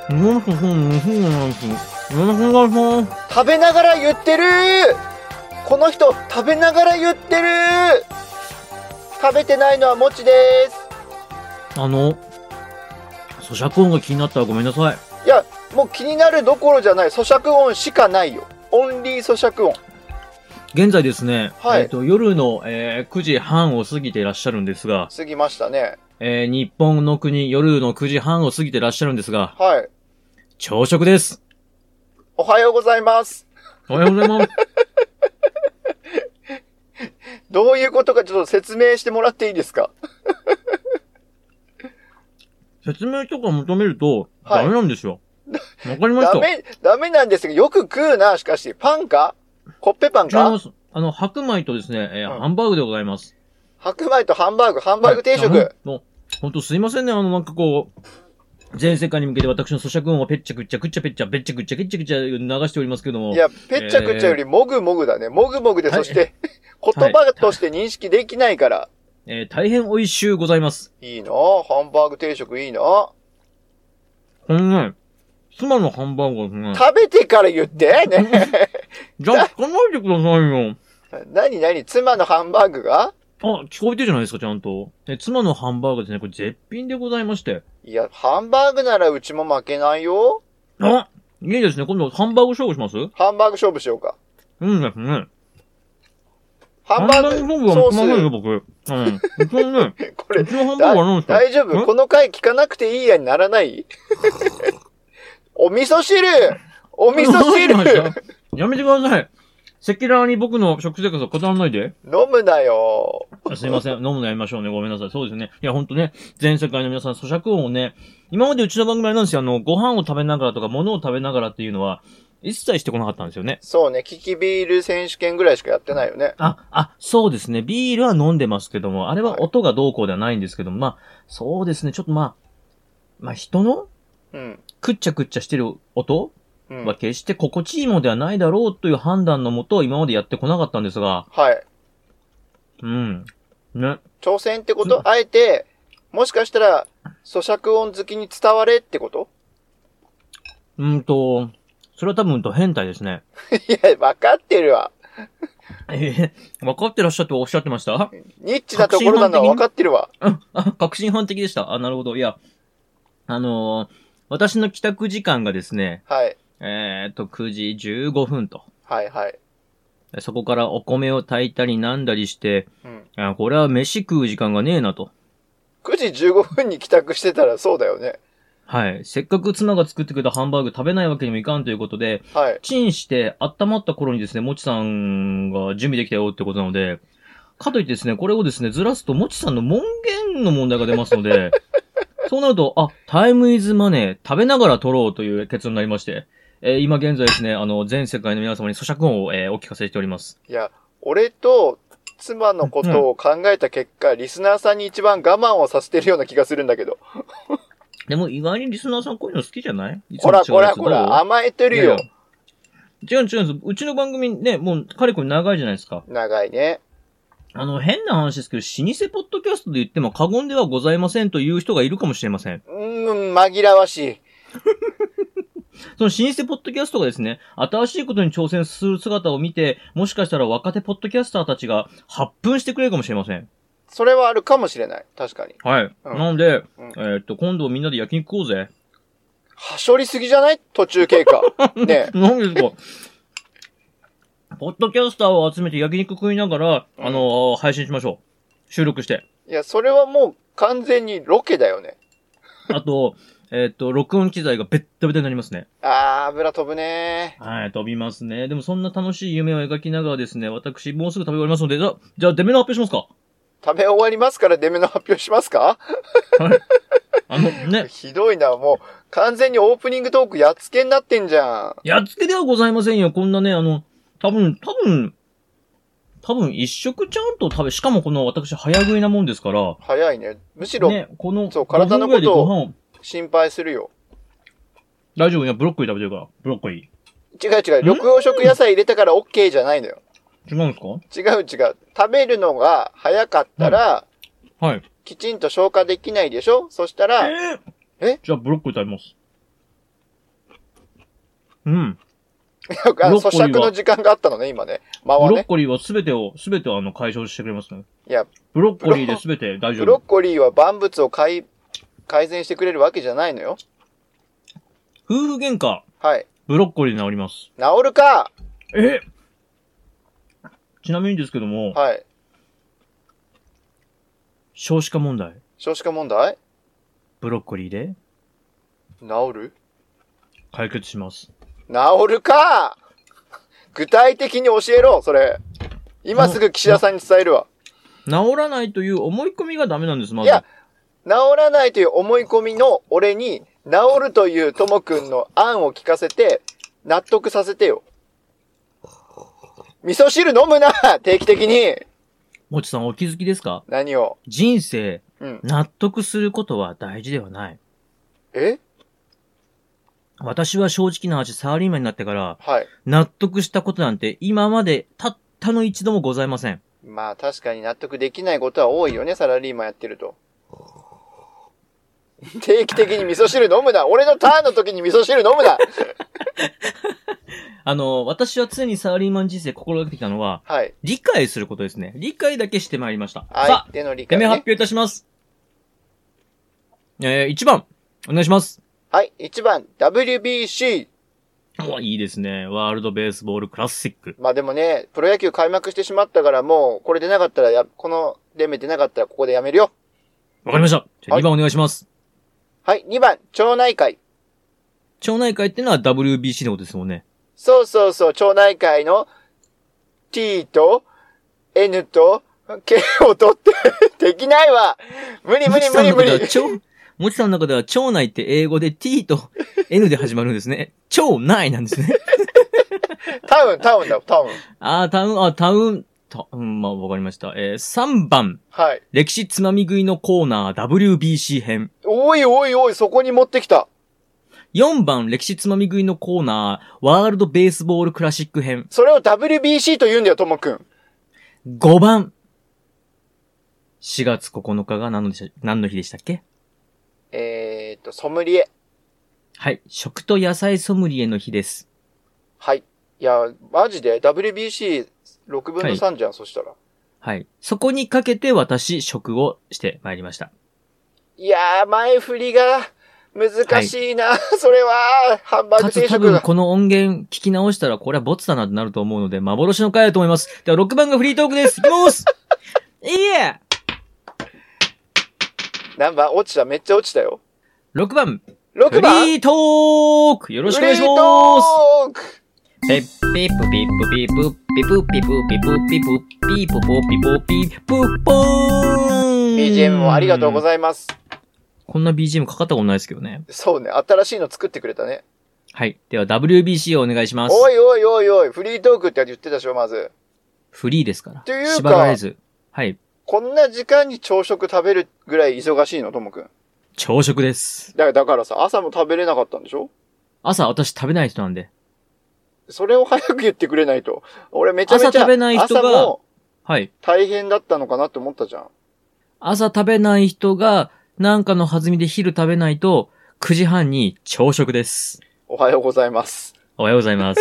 食べながら言ってる。この人食べながら言ってる。食べてないのはもちです。 咀嚼音が気になったらごめんなさい。 いや、もう気になるどころじゃない。咀嚼音しかないよ。オンリー咀嚼音。 現在ですね、 はい、 夜の、9時半を過ぎていらっしゃるんですが、 過ぎましたね。 日本の国、夜の9時半を過ぎていらっしゃるんですが、 はい。 朝食です。 おはようございます。 おはようございます。 どういうことかちょっと説明してもらっていいですか？ 説明とか求めると、ダメなんですよ。わかりました。 ダメなんですが、よく食うな、しかし。パンか？コッペパンか？ 違います。白米とですね、ハンバーグでございます。 白米とハンバーグ定食。 ほんとすいませんね、なんかこう、全世界に向けて私の咀嚼音をペッチャクッチャクッチャペッチャ、ペッチャクッチャケッチャクチャ流しておりますけども。 いや、ペッチャクッチャよりもぐもぐだね。もぐもぐで、そして、言葉として認識できないから。 大変美味しゅうございます。 いいなぁ。ハンバーグ定食いいなぁ。 妻のハンバーグはね。 食べてから言ってね。 じゃあ、聞かないでくださいよ。 何妻のハンバーグが？ 聞こえてるじゃないですか、ちゃんと。妻のハンバーグですね、これ絶品でございまして。 いや、ハンバーグならうちも負けないよ。 いいですね、今度ハンバーグ勝負します？ ハンバーグ勝負しようか。 うんですね。 ハンバーグ勝負は負けませんよ、僕。これ、うちのハンバーグは何ですか？ 大丈夫？この回聞かなくていいやにならない？お味噌汁やめてください。赤裸々に僕の食生活を語らないで。 飲むなよ。 すいません。飲むのやめましょうね。ごめんなさい。そうですね。いや、ほんとね、全世界の皆さん、咀嚼音をね、今までうちの番組あれなんですよ。ご飯を食べながらとか、物を食べながらっていうのは、一切してこなかったんですよね。 そうね。キキビール選手権ぐらいしかやってないよね。 そうですね。ビールは飲んでますけども、あれは音がどうこうではないんですけども、まあ、そうですね。ちょっと人のくっちゃくっちゃしてる音は決して心地いいものではないだろうという判断のもと今までやってこなかったんですが。 はい。 ね。 挑戦ってこと？あえて、もしかしたら、咀嚼音好きに伝われってこと？ それは多分変態ですね。 いや、わかってるわ。 わかってらっしゃっておっしゃってました？ ニッチなところなのはわかってるわ。 確信犯的でした。なるほど。いや、私の帰宅時間がですね、 はい。 9時15分と。 はいはい。 そこからお米を炊いたりなんだりして、これは飯食う時間がねえなと。 9時15分に帰宅してたらそうだよね。 はい。せっかく妻が作ってくれたハンバーグ食べないわけにもいかんということで、 はい。 チンして温まった頃にですね、もちさんが準備できたよってことなので、かといってですね、これをですね、ずらすともちさんの門限の問題が出ますので、そうなると、タイムイズマネー、食べながら取ろうという結論になりまして、今現在ですね、全世界の皆様に咀嚼音を、お聞かせしております。 いや、俺と妻のことを考えた結果、リスナーさんに一番我慢をさせてるような気がするんだけど。 でも意外にリスナーさんこういうの好きじゃない？ ほら、甘えてるよ。 違うんです。うちの番組ね、もう、かれこれ長いじゃないですか。 長いね。 変な話ですけど、老舗ポッドキャストで言っても過言ではございませんという人がいるかもしれません。 紛らわしい。 その老舗ポッドキャストがですね、新しいことに挑戦する姿を見て、もしかしたら若手ポッドキャスターたちが発奮してくれるかもしれません。 それはあるかもしれない。確かに。 はい。なので、今度みんなで焼肉食おうぜ。 はしょりすぎじゃない？途中経過。ね。 何ですか？ポッドキャスターを集めて焼肉食いながら、配信しましょう。収録して。 いや、それはもう完全にロケだよね。 あと、録音機材がベッタベタになりますね。 油飛ぶね。 はい、飛びますね。でもそんな楽しい夢を描きながらですね、私もうすぐ食べ終わりますので、じゃあデメの発表しますか？ 食べ終わりますからデメの発表しますか？ はい。ね。 ひどいな、もう完全にオープニングトークやっつけになってんじゃん。 やっつけではございませんよ。こんなね、多分、一食ちゃんとしかもこの私早食いなもんですから。 早いね。むしろ、 ね、 そう、体のことを心配するよ。 大丈夫？いや、ブロッコリー食べてるから。ブロッコリー。違う。緑黄色野菜入れたから OK じゃないのよ。 違うんですか？ 違う。食べるのが早かったら、 はい。 きちんと消化できないでしょ？そしたら、 じゃあブロッコリー食べます。 うん。 咀嚼の時間があったのね、今ね。間はね。 ブロッコリーはすべてを解消してくれますね。 いや、 ブロッコリーですべて大丈夫。 ブロッコリーは万物を改善してくれるわけじゃないのよ。 夫婦喧嘩。 はい。 ブロッコリーで治ります。 治るか。 ちなみにですけども。 はい。 少子化問題。 少子化問題？ ブロッコリーで治る？ 解決します。 治るか。具体的に教えろ、それ。今すぐ岸田さんに伝えるわ。 治らないという思い込みがダメなんです、まず。 いや、治らないという思い込みの俺に、治るというともくんの案を聞かせて、納得させてよ。味噌汁飲むな、定期的に。 もちさんお気づきですか？ 何を？ 人生、 うん。 納得することは大事ではない。 え？ 私は正直な話、サラリーマンになってから、 はい。 納得したことなんて今までたったの一度もございません。 まあ確かに納得できないことは多いよね、サラリーマンやってると。定期的に味噌汁飲むな。俺のターンの時に味噌汁飲むな。 私は常にサラリーマン人生心がけてきたのは、 はい。 理解することですね。理解だけしてまいりました。 相手の理解、ね。 さあ、発表いたします。1番、お願いします。 はい、1番、WBC。 いいですね。ワールドベースボールクラシック。 まあでもね、プロ野球開幕してしまったからもう、これ出なかったらこの連盟出なかったらここでやめるよ。 わかりました。じゃあ2番お願いします。 はい、2番、町内会。 町内会ってのは WBC のことですもんね。 そうそうそう、町内会の T と N と K を取ってできないわ。無理。 もちさんの中では町内って英語で T と N で始まるんですね。町内なんですね。 タウンだ、タウン。 まあわかりました。3番。 はい。 歴史つまみ食いのコーナー WBC 編。 おい、そこに持ってきた。 4番、歴史つまみ食いのコーナー、ワールドベースボールクラシック編。 それを WBC と言うんだよ、ともくん。 5番、4月9日が何の日でしたっけ？ ソムリエ。 はい、食と野菜ソムリエの日です。 はい。いや、マジで WBC6 分の3じゃん、そしたら。 はい。そこにかけて私、食をしてまいりました。 いやー、前振りが難しいな、はい、それは、ハンバーグ定食が。 多分この音源聞き直したら、これはボツだなってなると思うので、幻の回だと思います。では、6番がフリートークです。いきますいいえ何番？落ちた、めっちゃ落ちたよ。 6番。 フリートークよろしくお願いします。フリートークペッピープピープピープピプピプピプピプピーポポピポピープポーン BGM もありがとうございます。 こんな BGM かかったことないですけどね。 そうね、新しいの作ってくれたね。 はい。では WBC をお願いします。 おい、フリートークって言ってたでしょ、まず。 フリーですから。 というか、 縛られず。はい。 こんな時間に朝食食べるぐらい忙しいの、ともくん。 朝食です。 だからさ、朝も食べれなかったんでしょ？ 朝私食べない人なんで。 それを早く言ってくれないと。俺めちゃめちゃ朝食べない人が、はい。 大変だったのかなって思ったじゃん。 朝食べない人が、なんかの弾みで昼食べないと、9時半に朝食です。 おはようございます。 おはようございます。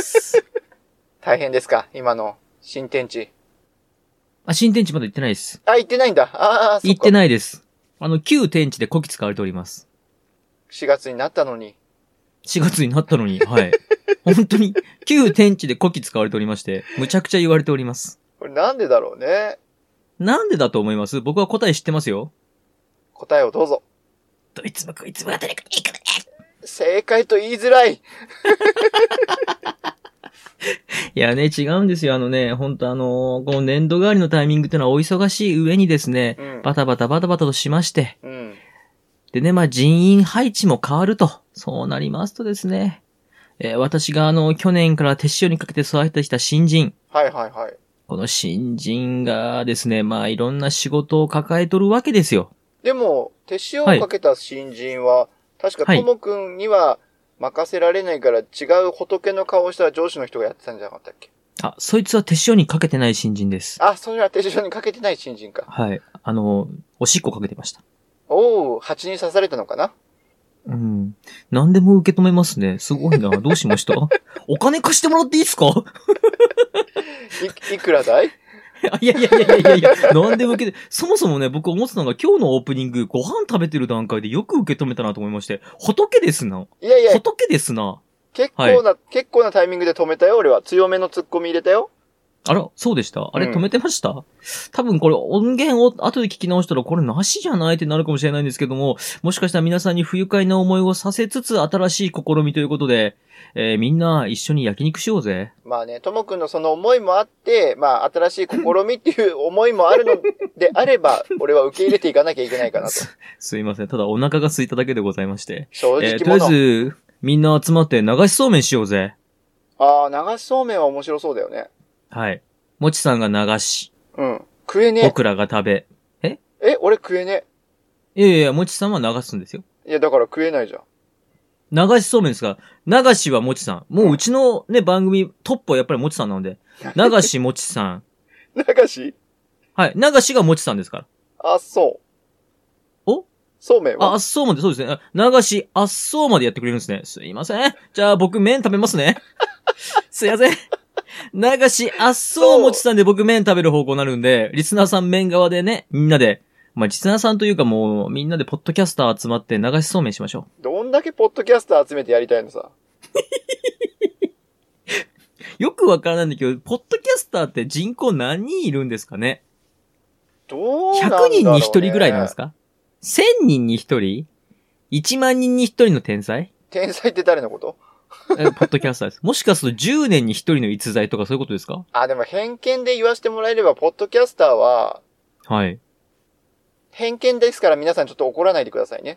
大変ですか？今の新天地。 新天地まだ行ってないです。 行ってないんだ。そっか。 行ってないです。旧天地でこき使われております。 4月になったのに。 4月になったのに、はい。本当に、旧天地でこき使われておりまして、むちゃくちゃ言われております。 これなんでだろうね。 なんでだと思います？僕は答え知ってますよ。 答えをどうぞ。 どいつもこいつも当たりかいいかね。 正解と言いづらい。 いやね、違うんですよ。本当この年度代わりのタイミングってのはお忙しい上にですね、バタバタとしまして、でね、人員配置も変わると、そうなりますとですね、私が去年から手塩にかけて育ててきた新人。 はい。 この新人がですね、いろんな仕事を抱えとるわけですよ。 でも、手塩をかけた新人は、確かともくんには任せられないから違う仏の顔をした上司の人がやってたんじゃなかったっけ？ そいつは手塩にかけてない新人です。 それは手塩にかけてない新人か。 はい。おしっこかけてました。 蜂に刺されたのかな？ うん。何でも受け止めますね。すごいな。どうしましたお金貸してもらっていいですかいくらだい？ いやいやいやいやいや、なんでも受けて、そもそもね、僕思ってたのが今日のオープニング、ご飯食べてる段階でよく受け止めたなと思いまして、仏ですな。 いやいや、 仏ですな。 結構なタイミングで止めたよ、俺は。強めの突っ込み入れたよ。 あら、そうでしたあれ止めてました、多分これ音源を後で聞き直したらこれなしじゃないってなるかもしれないんですけども、もしかしたら皆さんに不愉快な思いをさせつつ新しい試みということで、みんな一緒に焼肉しようぜ。 まあね、ともくんのその思いもあって、まあ新しい試みっていう思いもあるのであれば、俺は受け入れていかなきゃいけないかなと。 すいません。ただお腹が空いただけでございまして。 正直とりあえず、みんな集まって流しそうめんしようぜ。 ああ、流しそうめんは面白そうだよね。 はい。もちさんが流し。 うん。食えねえ。 僕らが食べ。 俺食えねえ。いやいや、もちさんは流すんですよ。 いや、だから食えないじゃん。 流しそうめんですが、流しはもちさん。もううちのね、番組トップはやっぱりもちさんなので、流しもちさん。 流し？ はい。流しがもちさんですから。 あ、そう。 お？ そうめんは？ あっそうまで、そうですね。流し、あっそうまでやってくれるんですね。すいません。じゃあ僕麺食べますね。すいません。流し、あっそうもちさんで僕麺食べる方向になるんで、リスナーさん麺側でね、みんなで、まあ、リスナーさんというかもう、みんなでポッドキャスター集まって流しそうめんしましょう。どんだけポッドキャスター集めてやりたいのさ。 よくわからないんだけど、ポッドキャスターって人口何人いるんですかね？ どうなんだろうね。 100人に1人ぐらいなんですか？ 1000 人に1人？ 1万人に1人の天才？ 天才って誰のこと？ ポッドキャスターです。もしかすると10年に1人の逸材とかそういうことですか？ でも偏見で言わせてもらえれば、ポッドキャスターは、 はい。 偏見ですから皆さんちょっと怒らないでくださいね。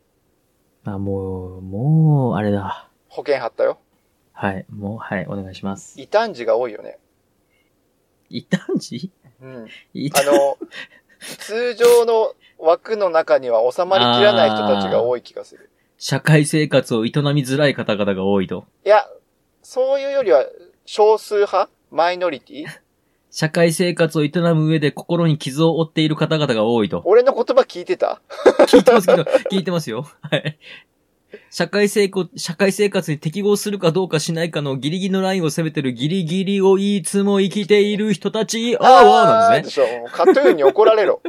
もう、あれだ。 保険貼ったよ。 はい。お願いします。 異端児が多いよね。 異端児？ うん。通常の枠の中には収まりきらない人たちが多い気がする。 社会生活を営みづらい方々が多いと。 いや、そういうよりは、少数派？マイノリティ？ 社会生活を営む上で心に傷を負っている方々が多いと。 俺の言葉聞いてた？ 聞いてますよ。はい。社会生活に適合するかどうかしないかのギリギリのラインを攻めてるギリギリをいつも生きている人たち、なんですね。 もうカトゥーンに怒られろ。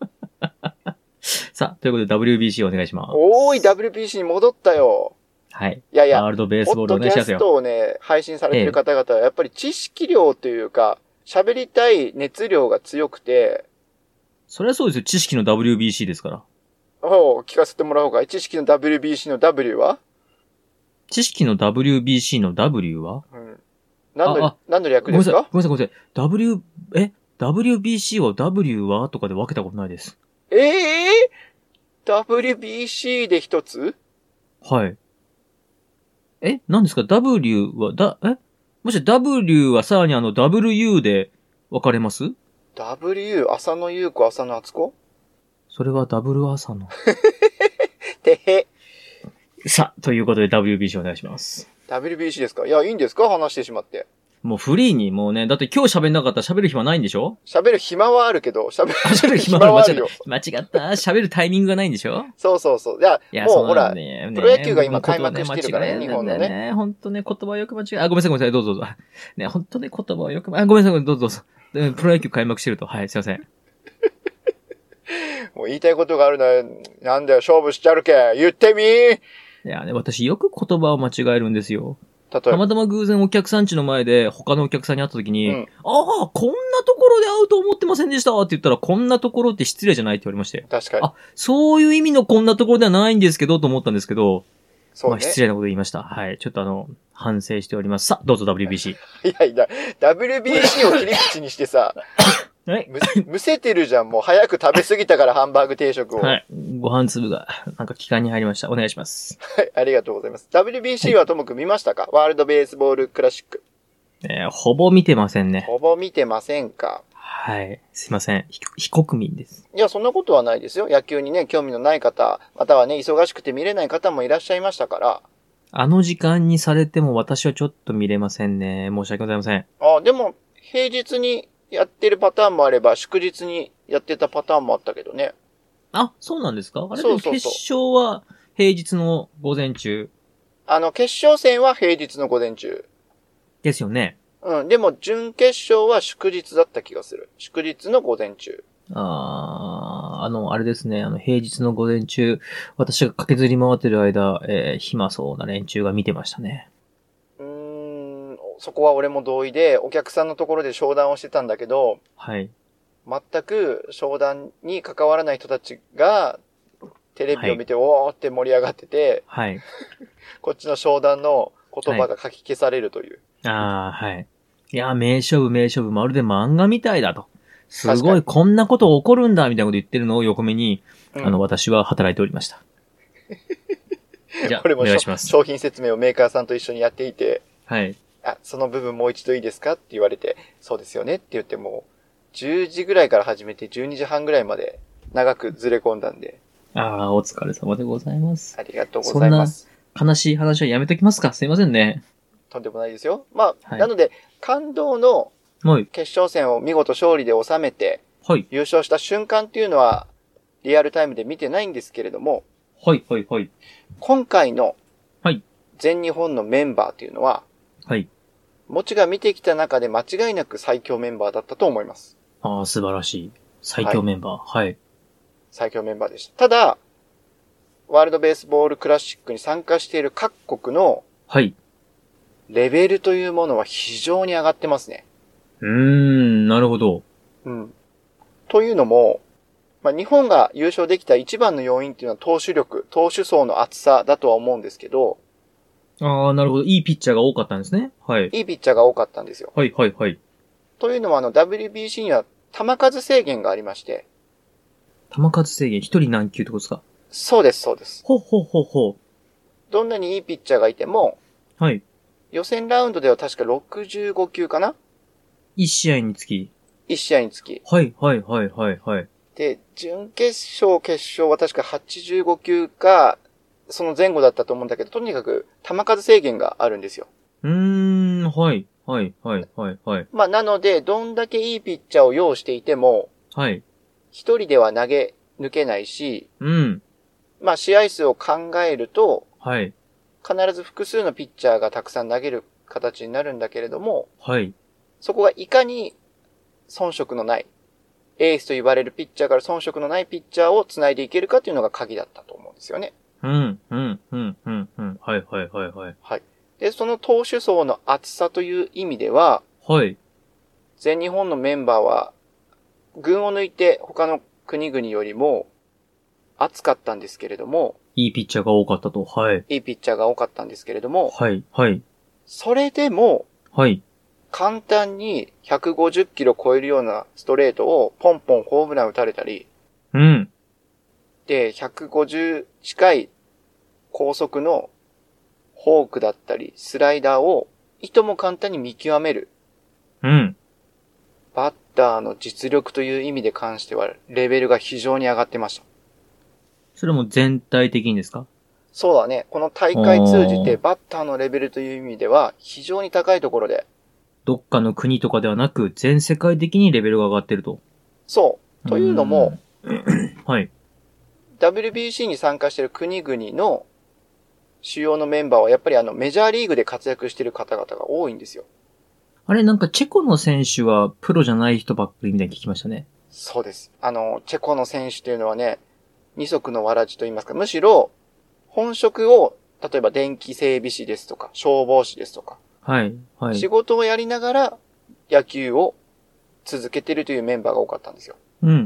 さあ、ということで WBC お願いします。 WBC に戻ったよ。 はい。 いやいや、 ワールドベースボールお願いしますよ。 ポッドキャストをね、配信されてる方々は、やっぱり知識量というか、喋りたい熱量が強くて。 それはそうですよ。知識の WBC ですから。 聞かせてもらおうか。知識の WBC の W は？ 知識の WBC の W は？ うん。何の略ですか？ ごめんなさい。WBC を W はとかで分けたことないです。 WBC で一つ？ はい。何ですか ?W は、もし W はさらにW で分かれます？ W、浅野ゆう子、浅野敦子？ それはダブル浅野。 てへ。 さあ、ということで WBC お願いします。 WBC ですか？いや、いいんですか？話してしまって。 もうフリーに、もうね、だって今日喋んなかったら喋る暇ないんでしょ？ 喋る暇はあるけど、喋る暇はあるよ。間違った。喋るタイミングがないんでしょ？ そう。いや、もうほら、プロ野球が今開幕してるからね、日本のね。 ほんとね、言葉をよく間違え、ごめんなさい、どうぞ。ね、ほんとね、言葉をよく、ごめんなさい、どうぞ。プロ野球開幕してると。はい、すいません。 もう言いたいことがあるなら、なんだよ、勝負しちゃるけ。言ってみー。 いやね、私よく言葉を間違えるんですよ。 例えば。 たまたま偶然お客さん家の前で他のお客さんに会った時に、こんなところで会うと思ってませんでしたって言ったら、こんなところって失礼じゃないって言われまして。 確かに。 そういう意味のこんなところではないんですけど、と思ったんですけど、 そうね。 失礼なこと言いました。はい。ちょっと反省しております。さあ、どうぞ WBC。 いや、WBC を切り口にしてさ、 はい。 むせてるじゃん。もう早く食べ過ぎたからハンバーグ定食を。 はい。ご飯粒が、気管に入りました。お願いします。 はい、ありがとうございます。WBC はともくん見ましたか？ワールドベースボールクラシック。 ほぼ見てませんね。 ほぼ見てませんか？ はい。すいません。非国民です。 いや、そんなことはないですよ。野球にね、興味のない方、またはね、忙しくて見れない方もいらっしゃいましたから。 あの時間にされても私はちょっと見れませんね。申し訳ございません。 でも、平日にやってるパターンもあれば、祝日にやってたパターンもあったけどね。 そうなんですか？あれそう決勝は平日の午前中。 決勝戦は平日の午前中。 ですよね。 うん。でも、準決勝は祝日だった気がする。祝日の午前中。 あれですね。平日の午前中、私が駆けずり回ってる間、暇そうな連中が見てましたね。 そこは俺も同意で、お客さんのところで商談をしてたんだけど、 はい。 全く商談に関わらない人たちが、テレビを見て、おーって盛り上がってて、 はい。 こっちの商談の言葉が書き消されるという。 はい。いや、名勝負、まるで漫画みたいだと。すごい、こんなこと起こるんだ、みたいなこと言ってるのを横目に、私は働いておりました。じゃあ、お願いします。 商品説明をメーカーさんと一緒にやっていて、 はい。 その部分もう一度いいですかって言われて、そうですよねって言っても、10時ぐらいから始めて12時半ぐらいまで長くずれ込んだんで。 お疲れ様でございます。 ありがとうございます。 そんな悲しい話はやめときますか？すいませんね。 とんでもないですよ。なので、感動の決勝戦を見事勝利で収めて、優勝した瞬間っていうのは、リアルタイムで見てないんですけれども、今回の全日本のメンバーっていうのは、もちが見てきた中で間違いなく最強メンバーだったと思います。 素晴らしい。最強メンバー。 最強メンバーでした。ただ、ワールドベースボールクラシックに参加している各国の、レベルというものは非常に上がってますね。 なるほど。 というのも、日本が優勝できた一番の要因っていうのは投手力、投手層の厚さだとは思うんですけど、 なるほど。いいピッチャーが多かったんですね。 いいピッチャーが多かったんですよ。というのもWBC には球数制限がありまして。 球数制限一人何球ってことですか？ そうです、そうです。 ほう。 どんなにいいピッチャーがいても、予選ラウンドでは確か65球かな？ 1 試合につき。 1試合につき。で、準決勝、決勝は確か85球か、その前後だったと思うんだけど、とにかく球数制限があるんですよ。なので、どんだけいいピッチャーを用意していても、一人では投げ抜けないし、試合数を考えると、必ず複数のピッチャーがたくさん投げる形になるんだけれども、そこがいかに遜色のない、エースと言われるピッチャーから遜色のないピッチャーを繋いでいけるかというのが鍵だったと思うんですよね。で、その投手層の厚さという意味では、全日本のメンバーは、群を抜いて他の国々よりも厚かったんですけれども、 いいピッチャーが多かったと。 いいピッチャーが多かったんですけれども、それでも、簡単に150キロ超えるようなストレートをポンポンホームラン打たれたり、で、150近い高速のフォークだったり、スライダーをいとも簡単に見極める。バッターの実力という意味で関しては、レベルが非常に上がってました。 それも全体的にですか？ そうだね。この大会通じて、バッターのレベルという意味では、非常に高いところで。 どっかの国とかではなく、全世界的にレベルが上がってると。 そう。というのも、WBC に参加している国々の主要のメンバーはやっぱりメジャーリーグで活躍している方々が多いんですよ。 あれ、なんかチェコの選手はプロじゃない人ばっかりみたいに聞きましたね。 そうです。チェコの選手っていうのはね、二足のわらじと言いますか、むしろ本職を、例えば電気整備士ですとか、消防士ですとか、仕事をやりながら野球を続けているというメンバーが多かったんですよ。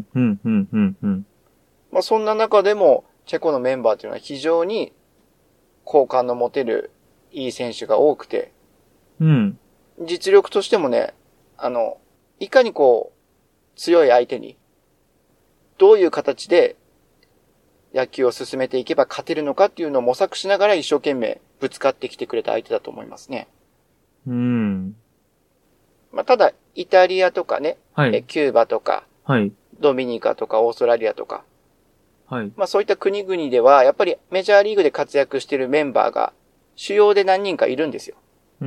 そんな中でも、チェコのメンバーというのは非常に好感の持てるいい選手が多くて、実力としてもね、いかに強い相手に、どういう形で野球を進めていけば勝てるのかっていうのを模索しながら一生懸命ぶつかってきてくれた相手だと思いますね。ただ、イタリアとかね、キューバとか、ドミニカとかオーストラリアとか、そういった国々では、やっぱりメジャーリーグで活躍しているメンバーが主要で何人かいるんですよ。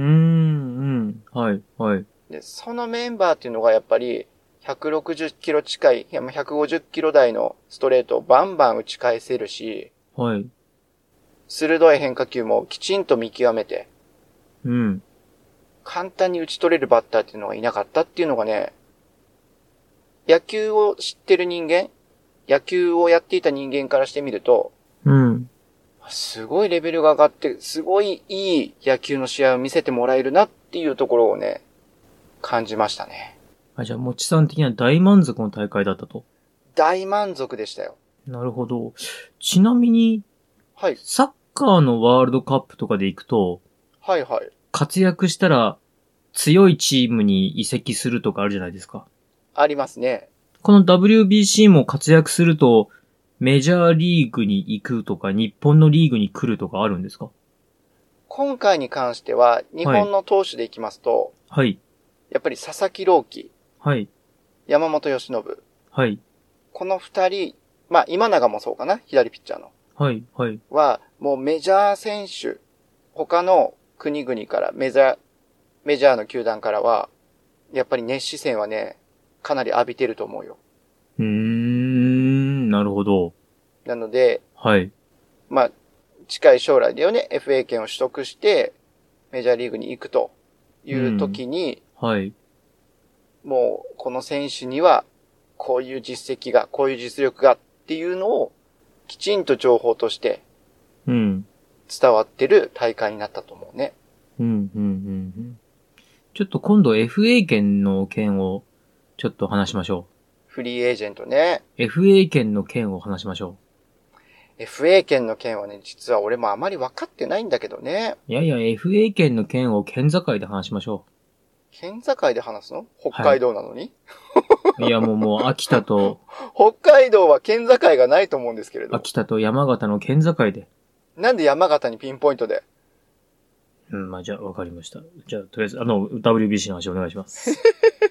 で、そのメンバーっていうのがやっぱり160キロ近い、150キロ台のストレートをバンバン打ち返せるし、 鋭い変化球もきちんと見極めて、 うん。 簡単に打ち取れるバッターっていうのがいなかったっていうのがね、野球を知ってる人間、野球をやっていた人間からしてみると、 うん。 すごいレベルが上がって、すごいいい野球の試合を見せてもらえるなっていうところをね、感じましたね。 じゃあ、もちさん的には大満足の大会だったと。 大満足でしたよ。 なるほど。ちなみに、 はい。 サッカーのワールドカップとかで行くと、 はいはい。 活躍したら強いチームに移籍するとかあるじゃないですか。 ありますね。 この WBC も活躍するとメジャーリーグに行くとか日本のリーグに来るとかあるんですか？ 今回に関しては日本の投手でいきますと、 はい。 やっぱり佐々木朗希、 はい。 山本由伸、 はい。 この二人、まあ今永もそうかな、左ピッチャーの。 はい。はい。 は、もうメジャー選手、他の国々からメジャーの球団からは、やっぱり熱視線はね、かなり浴びてると思うよ。 なるほど。 なので、 はい。 まあ、近い将来だよね、FA 権を取得して、メジャーリーグに行くという時に、 はい。 もう、この選手には、こういう実績が、こういう実力がっていうのを、きちんと情報として、伝わってる大会になったと思うね。 ちょっと今度 FA 権の件を、ちょっと話しましょう。フリーエージェントね。 FA 権の件を話しましょう。FA 権の件はね、実は俺もあまり分かってないんだけどね。 いやいや、FA 権の件を県境で話しましょう。 県境で話すの？北海道なのに、 はい、いやもう秋田と。 北海道は県境がないと思うんですけれど。 秋田と山形の県境で。 なんで山形にピンポイントで？ まあじゃあわかりました。じゃあとりあえずWBC の話お願いします。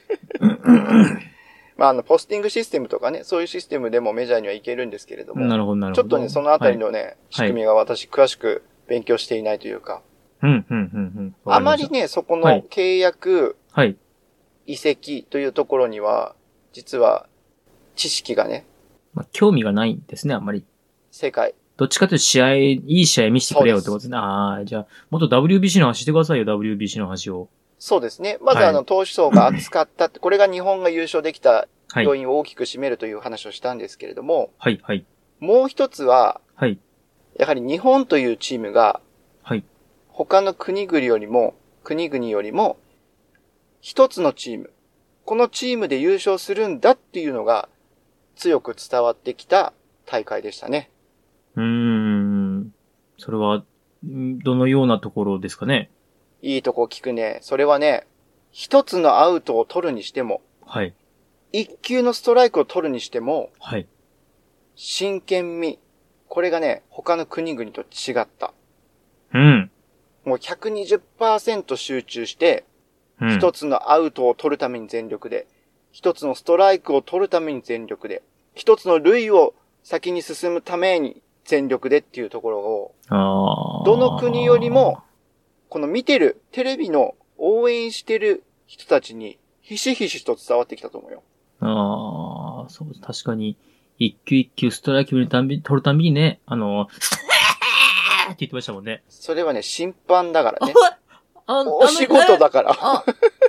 まあポスティングシステムとかね、そういうシステムでもメジャーには行けるんですけれども。 なるほどなるほど。 ちょっとね、そのあたりのね、はい、仕組みが私詳しく勉強していないというか。あまりね、そこの契約、 はい。 移籍というところには、実は知識がね。 まあ、興味がないんですね、あんまり。 正解。 どっちかというといい試合見せてくれよってことですね。ああ、じゃあ、もっと WBC の話してくださいよ、WBC の話を。 そうですね。まず投手層が厚かったって、これが日本が優勝できた要因を大きく占めるという話をしたんですけれども。 はい、はい。 もう一つは、 はい。 やはり日本というチームが、 はい。 他の国々よりも、一つのチーム。このチームで優勝するんだっていうのが、強く伝わってきた大会でしたね。 それは、どのようなところですかね？ いいとこ聞くね。それはね、一つのアウトを取るにしても、 はい。 一球のストライクを取るにしても、 はい。 真剣味。これがね、他の国々と違った。もう 120% 集中して、一つのアウトを取るために全力で、一つのストライクを取るために全力で、一つの塁を先に進むために全力でっていうところを、どの国よりも、この見てる、テレビの応援してる人たちに、ひしひしと伝わってきたと思うよ。 そう、確かに、一球一球ストライク取るたびにね、って言ってましたもんね。 それはね、審判だからね。お仕事だから。 あ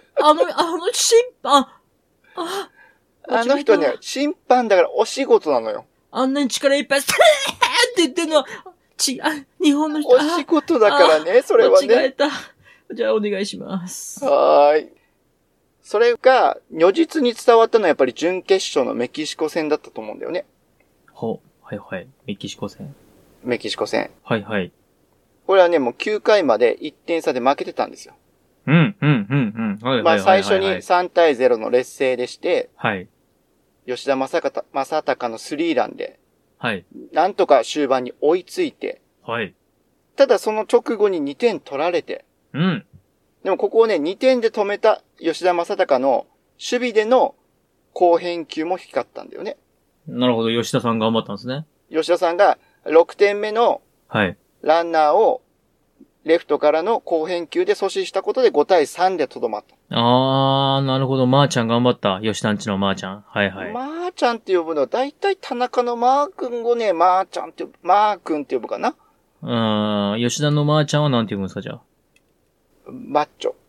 の人ね、審判だからお仕事なのよ。 あんなに力いっぱい、って言ってんのは、日本の人。 お仕事だからね、それはね。 間違えた。じゃあお願いします。 はーい。それが、如実に伝わったのはやっぱり準決勝のメキシコ戦だったと思うんだよね。 はいはい。メキシコ戦。 はいはい。 これはね、もう9回まで1点差で負けてたんですよ。まあ最初に3対0の劣勢でして、 はい。 吉田正尚のスリーランで、 はい。 なんとか終盤に追いついて、 はい。 ただその直後に2点取られて、でもここをね、2点で止めた吉田正尚の守備での好返球も光ったんだよね。 なるほど、吉田さん頑張ったんですね。 吉田さんが6点目のランナーをレフトからの好返球で阻止したことで5対3でとどまった。 なるほど。まーちゃん頑張った。吉田んちのまーちゃん。はいはい。 まーちゃんって呼ぶのは、だいたい田中のまーくんをね、まーくんって呼ぶかな。 吉田のまーちゃんはなんて言うんですか、じゃあ。 マッチョ。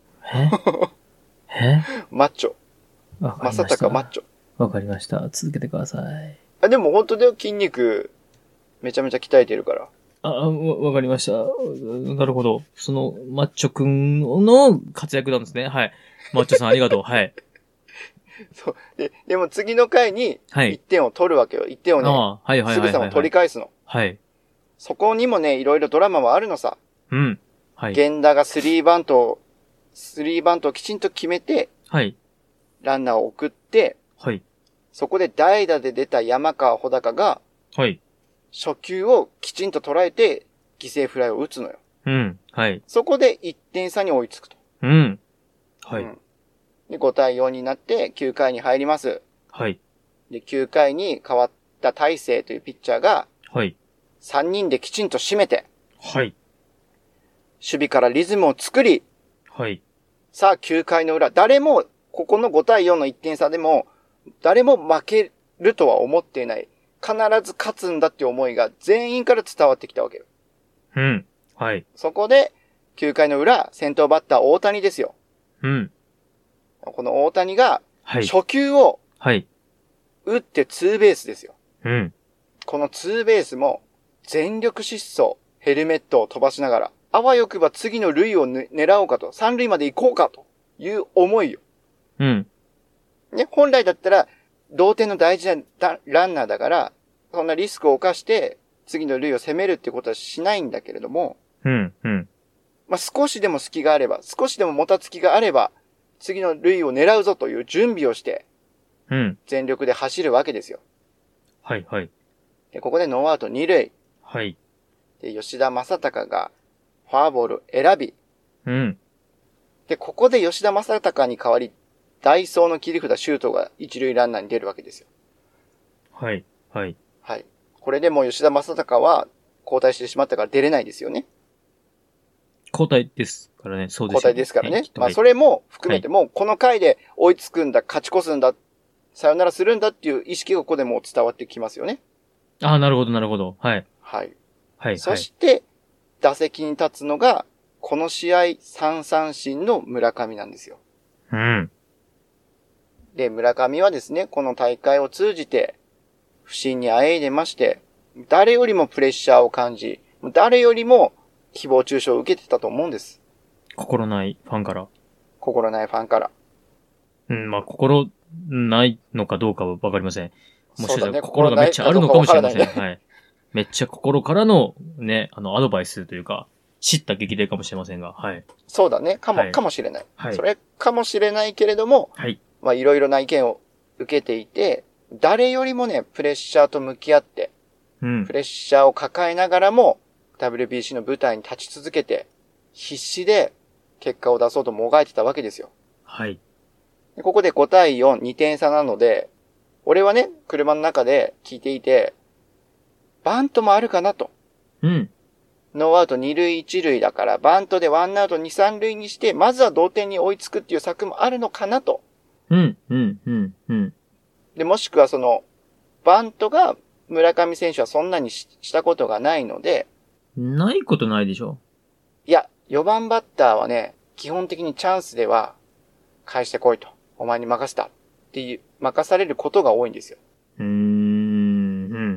えマッチョ。まさたかマッチョ。 わかりました。続けてください。 でも本当だよ、筋肉、めちゃめちゃ鍛えてるから。 わかりました。なるほど。その、マッチョくんの活躍なんですね。はい。マッチョさんありがとう。はい。 そう。でも次の回に、1点を取るわけよ。1点をね、すぐさま取り返すの。 はい。 そこにもね、いろいろドラマはあるのさ。 うん。はい。 源田がスリーバントをきちんと決めて、 はい。 ランナーを送って、 はい。 そこで代打で出た山川穂高が、 はい。 初球をきちんと捉えて、犠牲フライを打つのよ。 うん。はい。 そこで1点差に追いつくと。 うん。はい。 で、5対4になって9回に入ります。 はい。 で、9回に変わった大勢というピッチャーが、 はい。 3人できちんと締めて、 はい。 守備からリズムを作り、 はい。 さあ9回の裏、誰も、ここの5対4の1点差でも、誰も負けるとは思っていない。必ず勝つんだって思いが全員から伝わってきたわけよ。 うん。はい。 そこで、9回の裏、先頭バッター大谷ですよ。 うん。 この大谷が、初球を、打ってツーベースですよ。 うん。 このツーベースも、全力疾走、ヘルメットを飛ばしながら、あわよくば次の塁を狙おうかと、三塁まで行こうかという思いよ。 うん。 ね、本来だったら、同点の大事なランナーだから、そんなリスクを冒して、次の塁を攻めるってことはしないんだけれども、 うん、うん。 まあ、少しでも隙があれば、少しでももたつきがあれば、次の塁を狙うぞという準備をして、 うん。 全力で走るわけですよ。 はい、はい。 で、ここでノーアウト2塁。 はい。 で、吉田正尚が、フォアボール選び。 うん。 で、ここで吉田正尚に代わり、ダイソーの切り札シュートが一塁ランナーに出るわけですよ。 はい、はい。 はい。これでもう吉田正尚は交代してしまったから出れないですよね。 交代ですからね、そうですね。 交代ですからね。まあそれも含めてもうこの回で追いつくんだ、勝ち越すんだ、さよならするんだっていう意識がここでもう伝わってきますよね。 ああ、なるほど、なるほど。はい。 はい。 はい。 そして、打席に立つのが、この試合3三振の村上なんですよ。 うん。 で、村上はですね、この大会を通じて、不振にあえいでまして、誰よりもプレッシャーを感じ、誰よりも誹謗中傷を受けてたと思うんです。 心ないファンから。 心ないファンから。 うん、まあ、心ないのかどうかはわかりません。もしかしたら心がめっちゃあるのかもしれません。はい。めっちゃ心からのね、アドバイスというか、知った激励かもしれませんが、はい。 そうだね。かもしれない。はい。それかもしれないけれども、はい。まあ、いろいろな意見を受けていて、誰よりもね、プレッシャーと向き合って、うん。プレッシャーを抱えながらも、WBC の舞台に立ち続けて、必死で結果を出そうともがいてたわけですよ。はい。でここで5対4、2点差なので、俺はね、車の中で聞いていて、バントもあるかなと。うん。ノーアウト2塁1塁だから、バントでワンアウト2、3塁にして、まずは同点に追いつくっていう策もあるのかなと。うん、うん、うん、うん。で、もしくはその、バントが村上選手はそんなにしたことがないので。 ないことないでしょ。 いや、4番バッターはね、基本的にチャンスでは、返してこいと。お前に任せた。っていう、任されることが多いんですよ。 うん、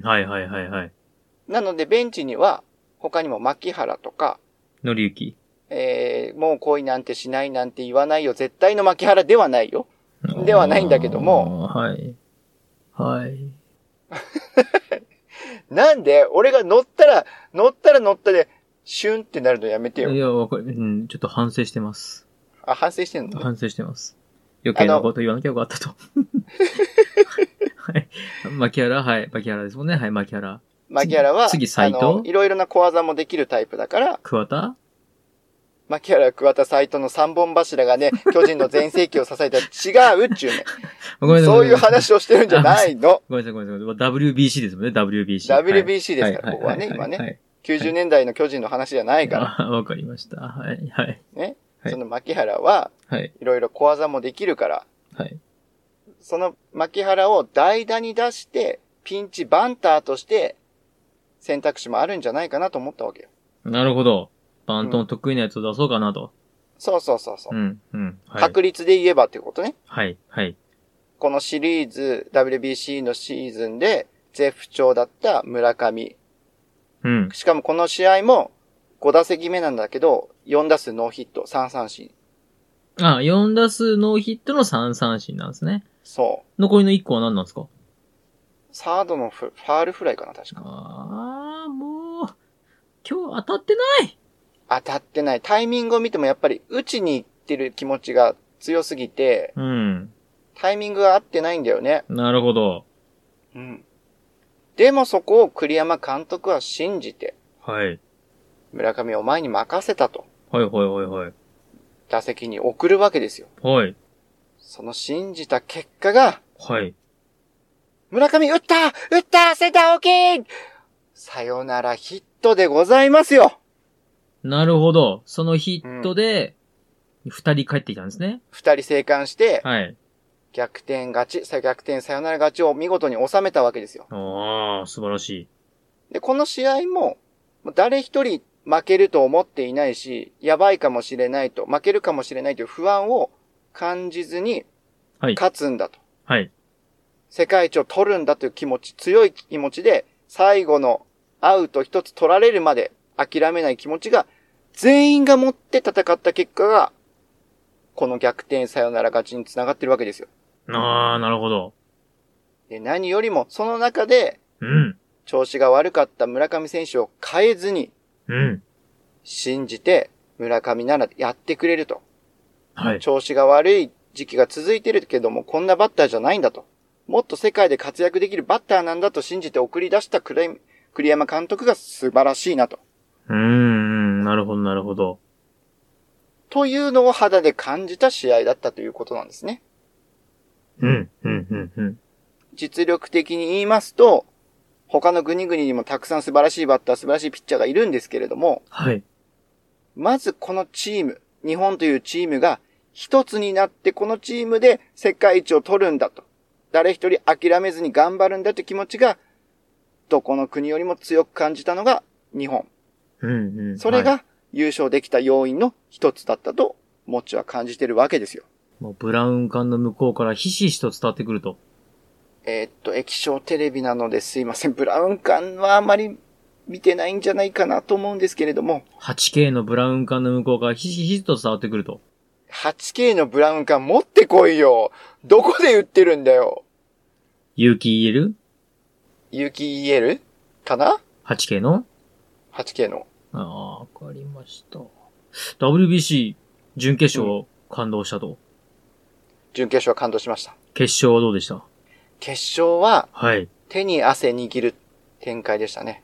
はいはいはいはい。 なので、ベンチには、他にも牧原とか、 のりゆき。 もう恋なんてしないなんて言わないよ。絶対の牧原ではないよ。ではないんだけども。 はい。はい。 なんで、俺が乗ったら乗ったで、シュンってなるのやめてよ。 いや、わかる。うん、ちょっと反省してます。 あ、反省してんの、ね、 反省してます。余計なこと言わなきゃよかったと。はい。牧原、はい。牧原ですもんね。はい、牧原。 牧原は、 次、斎藤いろいろな小技もできるタイプだから。 桑田牧原、桑田、斎藤の三本柱がね、巨人の全盛期を支えた違うっちゅうね。ごめんなさい。そういう話をしてるんじゃないの。 ごめんなさい、ごめんなさい。WBC ですもんね、WBC。 WBC ですから、ここはね、今ね。90年代の巨人の話じゃないから。 わかりました。はい、はい。 ね。その牧原は、いろいろ小技もできるから、はい。その牧原を代打に出して、ピンチバンターとして、 選択肢もあるんじゃないかなと思ったわけよ。 なるほど。バントの得意なやつを出そうかなと。 そうそうそうそう。 うん、うん。 はい、確率で言えばっていうことね。 はい、はい。 このシリーズ、WBC のシーズンで絶不調だった村上。 うん。 しかもこの試合も5打席目なんだけど、4打数ノーヒット、3三振。 あ、4打数ノーヒットの3三振なんですね。 そう。 残りの1個は何なんですか？ サードのファールフライかな、確か。 ああ、もう、今日当たってない。 当たってない。タイミングを見てもやっぱり打ちに行ってる気持ちが強すぎて、 うん。 タイミングが合ってないんだよね。 なるほど。 うん。でもそこを栗山監督は信じて、 はい。 村上を前に任せたと。 はいはいはいはい。 打席に送るわけですよ。 はい。 その信じた結果が、 はい。 村上打ったセンター大きいさよならヒットでございますよ。 なるほど。そのヒットで、二人帰ってきたんですね。 二人生還して、 はい。 逆転勝ち、逆転サヨナラ勝ちを見事に収めたわけですよ。 ああ、素晴らしい。 で、この試合も、誰一人負けると思っていないし、やばいかもしれないと、負けるかもしれないという不安を感じずに、勝つんだと。 はい。 世界一を取るんだという気持ち、強い気持ちで、最後のアウト一つ取られるまで諦めない気持ちが、全員が持って戦った結果が、この逆転サヨナラ勝ちにつながってるわけですよ。 ああ、なるほど。 で、何よりも、その中で、調子が悪かった村上選手を変えずに、信じて、村上ならやってくれると。はい。調子が悪い時期が続いてるけども、こんなバッターじゃないんだと。もっと世界で活躍できるバッターなんだと信じて送り出した栗山監督が素晴らしいなと。 なるほど、なるほど。 というのを肌で感じた試合だったということなんですね。実力的に言いますと、他の国々にもたくさん素晴らしいバッター、素晴らしいピッチャーがいるんですけれども、 はい。 まずこのチーム、日本というチームが一つになってこのチームで世界一を取るんだと。誰一人諦めずに頑張るんだという気持ちが、どこの国よりも強く感じたのが日本。それが優勝できた要因の一つだったと、もっちは感じてるわけですよ。 もうブラウン管の向こうからひしひしと伝わってくると。 液晶テレビなのですいません。ブラウン管はあまり見てないんじゃないかなと思うんですけれども。 8K のブラウン管の向こうからひしひしと伝わってくると。 8K のブラウン管持ってこいよ。どこで売ってるんだよ。 有機 EL？ 有機 EL？ かな？ 8K の？ 8K の。 ああ、わかりました。WBC 準決勝感動したと。 準決勝は感動しました。 決勝はどうでした？ 決勝は、 はい。 手に汗握る展開でしたね。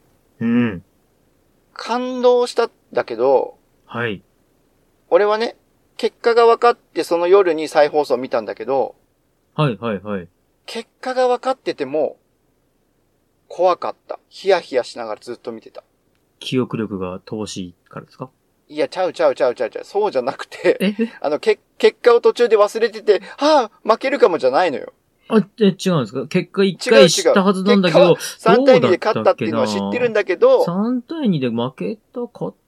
感動したんだけど、 はい。 俺はね、結果が分かってその夜に再放送見たんだけど、 はいはいはい。 結果が分かってても、怖かった。ヒヤヒヤしながらずっと見てた。 記憶力が乏しいからですか？ いや、ちゃう。そうじゃなくて、結果を途中で忘れてて、負けるかもじゃないのよ。 違うんですか？結果1回知ったはずなんだけど、 3対2で勝ったっていうのは知ってるんだけど、 3対2で負けた、勝った、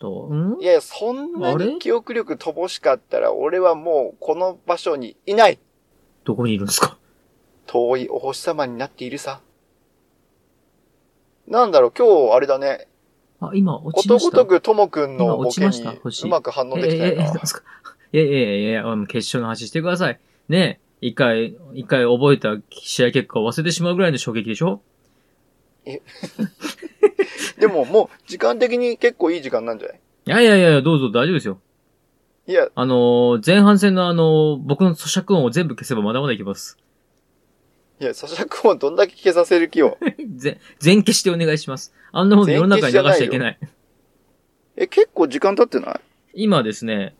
いや、そんなに記憶力乏しかったら、俺はもうこの場所にいない。 どこにいるんですか？ 遠いお星様になっているさ。なんだろう、今日あれだね。 今落ちました。 ことごとくともくんのボケにうまく反応できたよな。 いや、決勝の話してください。ねえ、一回覚えた試合結果を忘れてしまうぐらいの衝撃でしょ？ でももう時間的に結構いい時間なんじゃない？ いや、どうぞ大丈夫ですよ。 いや、 前半戦の僕の咀嚼音を全部消せばまだまだいけます。 いや、咀嚼音どんだけ消させる気を。 全消してお願いします。あんなもの世の中に流しちゃいけない。 結構時間経ってない？ 今ですね。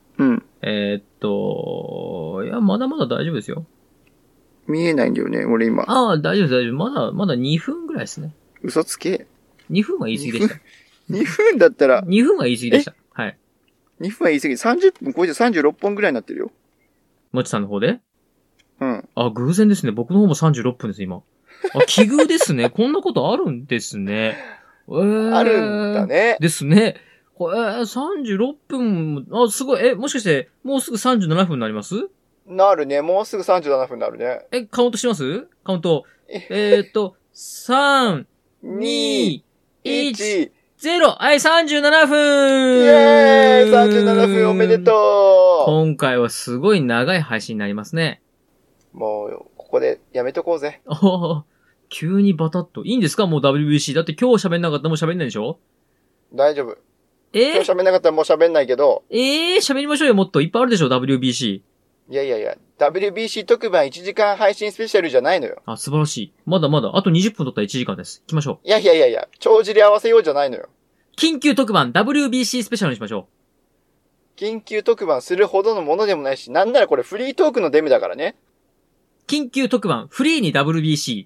いや、まだまだ大丈夫ですよ。 見えないんだよね、俺今。 大丈夫。まだ2分ぐらいですね。 嘘つけ。 2分は言い過ぎでした。 2分だったら。 2分は言い過ぎでした。はい。 2分は言い過ぎ。30分超えて36本ぐらいになってるよ。 もちさんの方で？ うん。 偶然ですね。僕の方も36分です、今。 あ、奇遇ですね。こんなことあるんですね。 あるんだね。 ですね。36分、すごい。もしかして、もうすぐ37分になります？ なるね。もうすぐ37分になるね。 カウントしますカウント。3、2、1、0。はい、37分。 イェーイ !37 分おめでとう。 今回はすごい長い配信になりますね。 もう、ここでやめとこうぜ。 急にバタッと。いいんですかもう WBC。だって今日喋んなかったらもう喋んないでしょ？ 大丈夫。今日喋んなかったらもう喋んないけど。 喋りましょうよ、もっと。いっぱいあるでしょ、WBC。 いや、WBC 特番1時間配信スペシャルじゃないのよ。 あ、素晴らしい。まだまだ、あと20分取ったら1時間です。行きましょう。 いや、帳尻合わせようじゃないのよ。 緊急特番 WBC スペシャルにしましょう。緊急特番するほどのものでもないし、なんならこれフリートークのデモだからね。 緊急特番、フリーに WBC。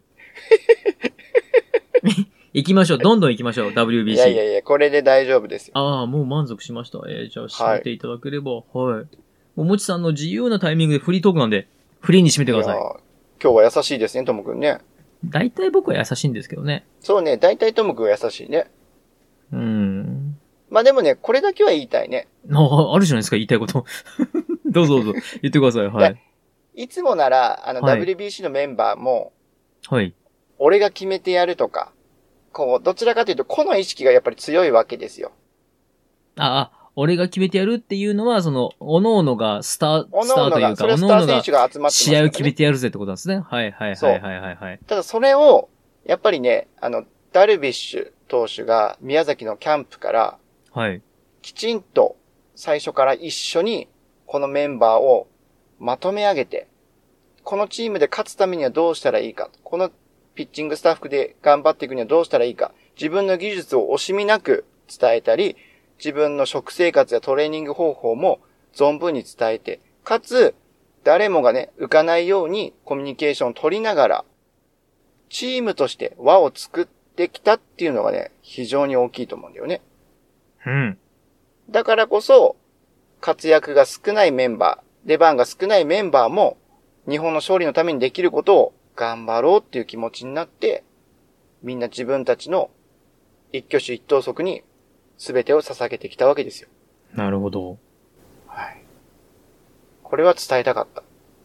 行きましょう。どんどん行きましょう。WBC。 いや、これで大丈夫ですよ。 もう満足しました。じゃあ、締めていただければ。はい。もちさんの自由なタイミングでフリートークなんで、フリーに締めてください。 今日は優しいですね、ともくんね。 大体僕は優しいんですけどね。 そうね、大体ともくんは優しいね。まあでもね、これだけは言いたいね。 あるじゃないですか、言いたいこと。どうぞ、言ってください。はい。 いつもなら、WBC のメンバーも、 はい。 俺が決めてやるとか、どちらかというと、個の意識がやっぱり強いわけですよ。 俺が決めてやるっていうのは、各々がスターというか、各々が試合を決めてやるぜってことなんですね。はい。 ただそれを、やっぱりね、ダルビッシュ投手が宮崎のキャンプから、 はい。 きちんと最初から一緒にこのメンバーをまとめ上げて、このチームで勝つためにはどうしたらいいか、このピッチングスタッフで頑張っていくにはどうしたらいいか、自分の技術を惜しみなく伝えたり、自分の食生活やトレーニング方法も存分に伝えて、かつ、誰もがね、浮かないようにコミュニケーションを取りながら、チームとして輪を作ってきたっていうのがね、非常に大きいと思うんだよね。だからこそ、活躍が少ないメンバー、出番が少ないメンバーも、日本の勝利のためにできることを頑張ろうっていう気持ちになって、みんな自分たちの一挙手一投足に全てを捧げてきたわけですよ。 なるほど。 はい。これは伝えたかった。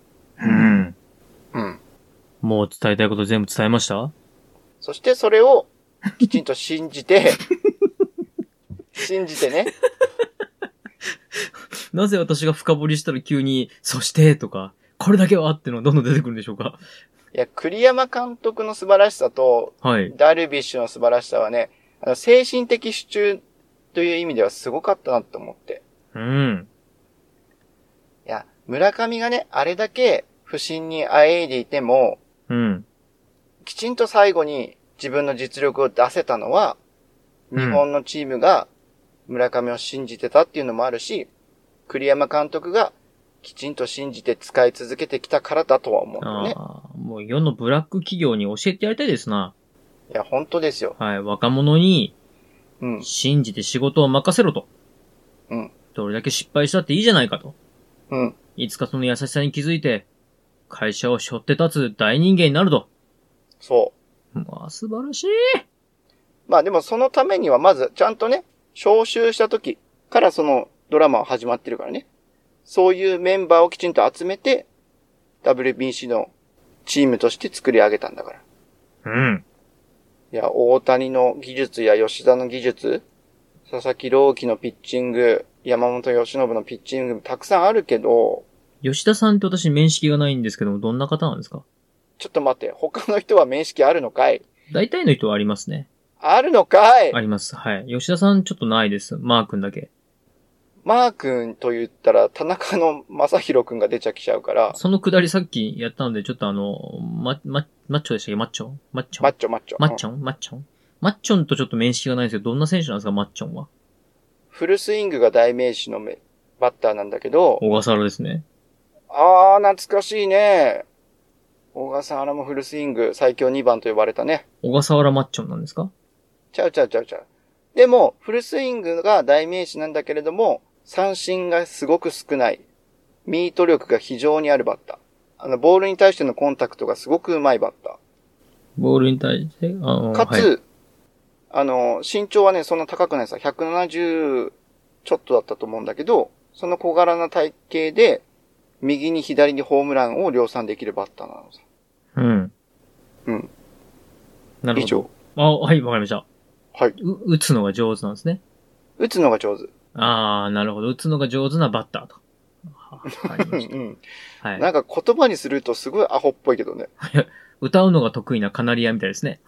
もう伝えたいこと全部伝えました？ そしてそれをきちんと信じて、信じてね。 なぜ私が深掘りしたら急に、そしてとか、これだけはっていうのがどんどん出てくるんでしょうか？ いや、栗山監督の素晴らしさと、 はい。 ダルビッシュの素晴らしさはね、精神的支柱という意味ではすごかったなと思って。いや、村上がね、あれだけ不振にあえいでいても、きちんと最後に自分の実力を出せたのは、日本のチームが村上を信じてたっていうのもあるし、栗山監督がきちんと信じて使い続けてきたからだとは思うんだよね。 もう世のブラック企業に教えてやりたいですな。 いや、本当ですよ。 はい、若者に、信じて仕事を任せろと。どれだけ失敗したっていいじゃないかと。いつかその優しさに気づいて、会社を背負って立つ大人間になると。 そう。 素晴らしい。 まあでもそのためにはまずちゃんとね、招集した時からそのドラマは始まってるからね。そういうメンバーをきちんと集めて、WBC のチームとして作り上げたんだから。いや、大谷の技術や吉田の技術、佐々木朗希のピッチング、山本由伸のピッチングたくさんあるけど、 吉田さんって私面識がないんですけども、どんな方なんですか？ ちょっと待って、他の人は面識あるのかい？ 大体の人はありますね。 あるのかい？ あります。はい。吉田さんちょっとないです。マー君だけ。 マー君と言ったら、田中の正宏君が出ちゃきちゃうから。 そのくだりさっきやったので、ちょっとマッチョでしたっけ？マッチョマッチョンとちょっと面識がないんですけど、どんな選手なんですか、マッチョンは。 フルスイングが代名詞のバッターなんだけど。 小笠原ですね。 懐かしいね。小笠原もフルスイング最強2番と呼ばれたね。 小笠原マッチョンなんですか？ ちゃう。でも、フルスイングが代名詞なんだけれども、三振がすごく少ない。ミート力が非常にあるバッター。ボールに対してのコンタクトがすごく上手いバッタボールに対して、 かつ、はい、身長はね、そんな高くないさ、170ちょっとだったと思うんだけど、その小柄な体型で、右に左にホームランを量産できるバッターなのさ。 うん。 うん。 なるほど。以上。はい、わかりました。 はい。 打つのが上手なんですね。 打つのが上手。 ああ、なるほど。打つのが上手なバッターと。 はい。うん。はい。なんか言葉にするとすごいアホっぽいけどね。 歌うのが得意なカナリアみたいですね。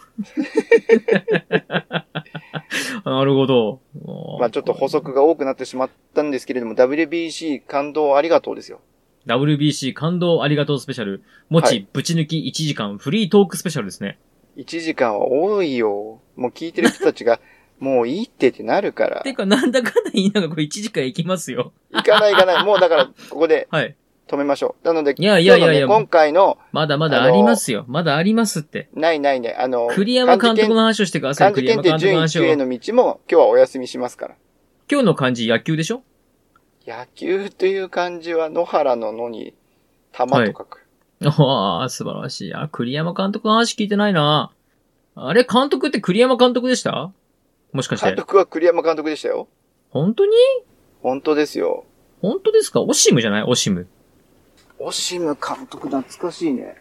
なるほど。 まあちょっと補足が多くなってしまったんですけれども、WBC 感動ありがとうですよ。 WBC 感動ありがとうスペシャル。もち、はい、ぶち抜き1時間フリートークスペシャルですね。 1時間は多いよ。もう聞いてる人たちが、もういいってなるから。 てか、なんだかんだ言いながらこれ1時間行きますよ。 行かない。もうだから、ここで。はい。止めましょう。なので、 いや、 今回の。 まだまだありますよ。まだありますって。 ない。 栗山監督の話をしてください。 栗山監督の話を。準1級への道も今日はお休みしますから。 今日の漢字野球でしょ？ 野球という漢字は野原の野に玉と書く。 はい、素晴らしい。栗山監督の話聞いてないな。あれ、監督って栗山監督でした？もしかして。 監督は栗山監督でしたよ。 本当に？ 本当ですよ。 本当ですか？オシムじゃない？オシム。 オシム監督懐かしいね。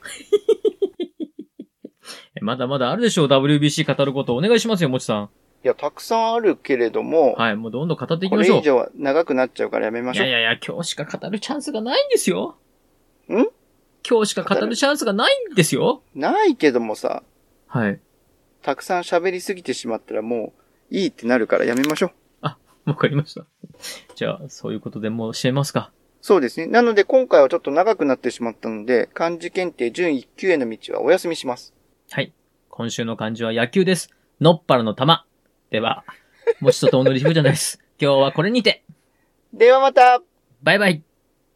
まだまだあるでしょう、WBC 語ること。お願いしますよ、もちさん。 いや、たくさんあるけれども。 はい、もうどんどん語っていきましょう。 これ以上は長くなっちゃうからやめましょう。 いや、今日しか語るチャンスがないんですよ。 ん？ 今日しか語るチャンスがないんですよ。 ないけどもさ。 はい。 たくさん喋りすぎてしまったらもういいってなるからやめましょう。 わかりました。じゃあ、そういうことでもう教えますか。 そうですね。なので今回はちょっと長くなってしまったので、漢字検定準1級への道はお休みします。 はい。今週の漢字は野球です。のっぱらの玉。では、もちとともの理不尽です。今日はこれにて。 ではまた。 バイバイ。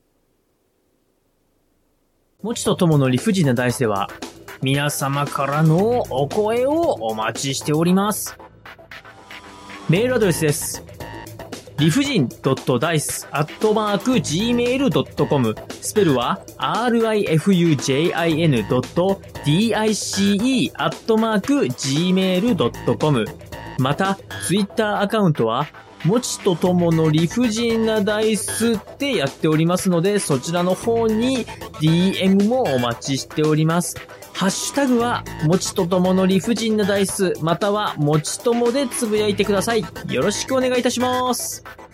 もちとともの理不尽なダイスでは、皆様からのお声をお待ちしております。メールアドレスです。理不尽 .dice@gmail.com スペルは rifujin.dice@gmail.com また、ツイッターアカウントは、もちとともの理不尽なダイスってやっておりますので、そちらの方に DM もお待ちしております。ハッシュタグは、もちとともの理不尽なダイス、または、もちともでつぶやいてください。よろしくお願いいたします。